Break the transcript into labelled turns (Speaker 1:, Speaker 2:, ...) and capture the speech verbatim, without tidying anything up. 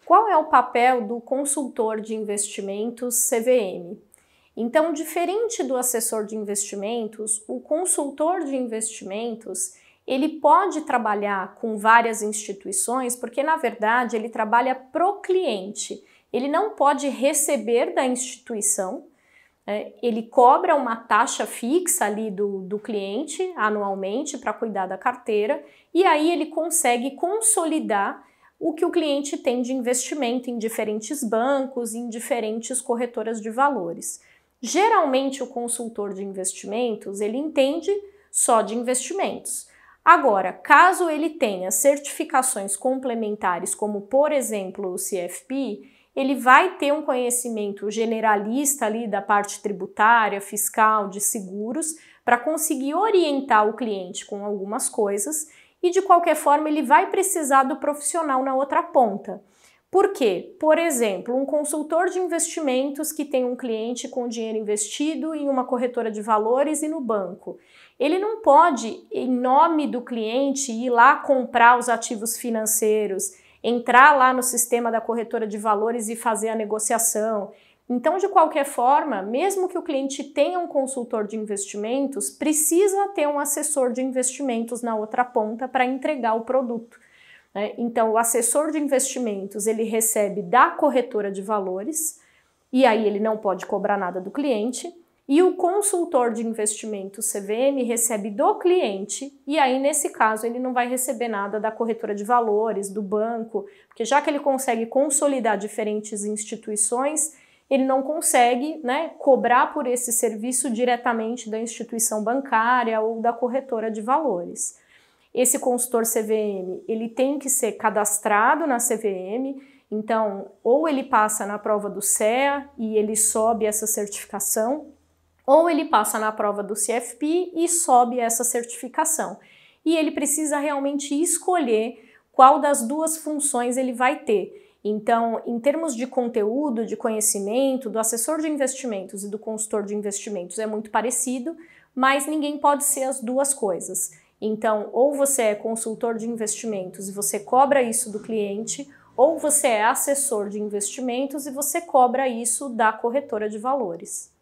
Speaker 1: Qual é o papel do consultor de investimentos C V M? Então, diferente do assessor de investimentos, o consultor de investimentos, ele pode trabalhar com várias instituições, porque na verdade ele trabalha pro cliente. Ele não pode receber da instituição, né? Ele cobra uma taxa fixa ali do, do cliente anualmente para cuidar da carteira, e aí ele consegue consolidar o que o cliente tem de investimento em diferentes bancos, em diferentes corretoras de valores. Geralmente o consultor de investimentos, ele entende só de investimentos. Agora, caso ele tenha certificações complementares, como por exemplo o C F P, ele vai ter um conhecimento generalista ali da parte tributária, fiscal, de seguros, para conseguir orientar o cliente com algumas coisas. E de qualquer forma ele vai precisar do profissional na outra ponta. Por quê? Por exemplo, um consultor de investimentos que tem um cliente com dinheiro investido em uma corretora de valores e no banco. Ele não pode, em nome do cliente, ir lá comprar os ativos financeiros, entrar lá no sistema da corretora de valores e fazer a negociação. Então, de qualquer forma, mesmo que o cliente tenha um consultor de investimentos, precisa ter um assessor de investimentos na outra ponta para entregar o produto, né? Então, o assessor de investimentos, ele recebe da corretora de valores, e aí ele não pode cobrar nada do cliente, e o consultor de investimentos C V M recebe do cliente, e aí nesse caso ele não vai receber nada da corretora de valores, do banco, porque já que ele consegue consolidar diferentes instituições, ele não consegue, né, cobrar por esse serviço diretamente da instituição bancária ou da corretora de valores. Esse consultor C V M, ele tem que ser cadastrado na C V M, então ou ele passa na prova do C E A e ele sobe essa certificação, ou ele passa na prova do C F P e sobe essa certificação. E ele precisa realmente escolher qual das duas funções ele vai ter. Então, em termos de conteúdo, de conhecimento, do assessor de investimentos e do consultor de investimentos é muito parecido, mas ninguém pode ser as duas coisas. Então, ou você é consultor de investimentos e você cobra isso do cliente, ou você é assessor de investimentos e você cobra isso da corretora de valores.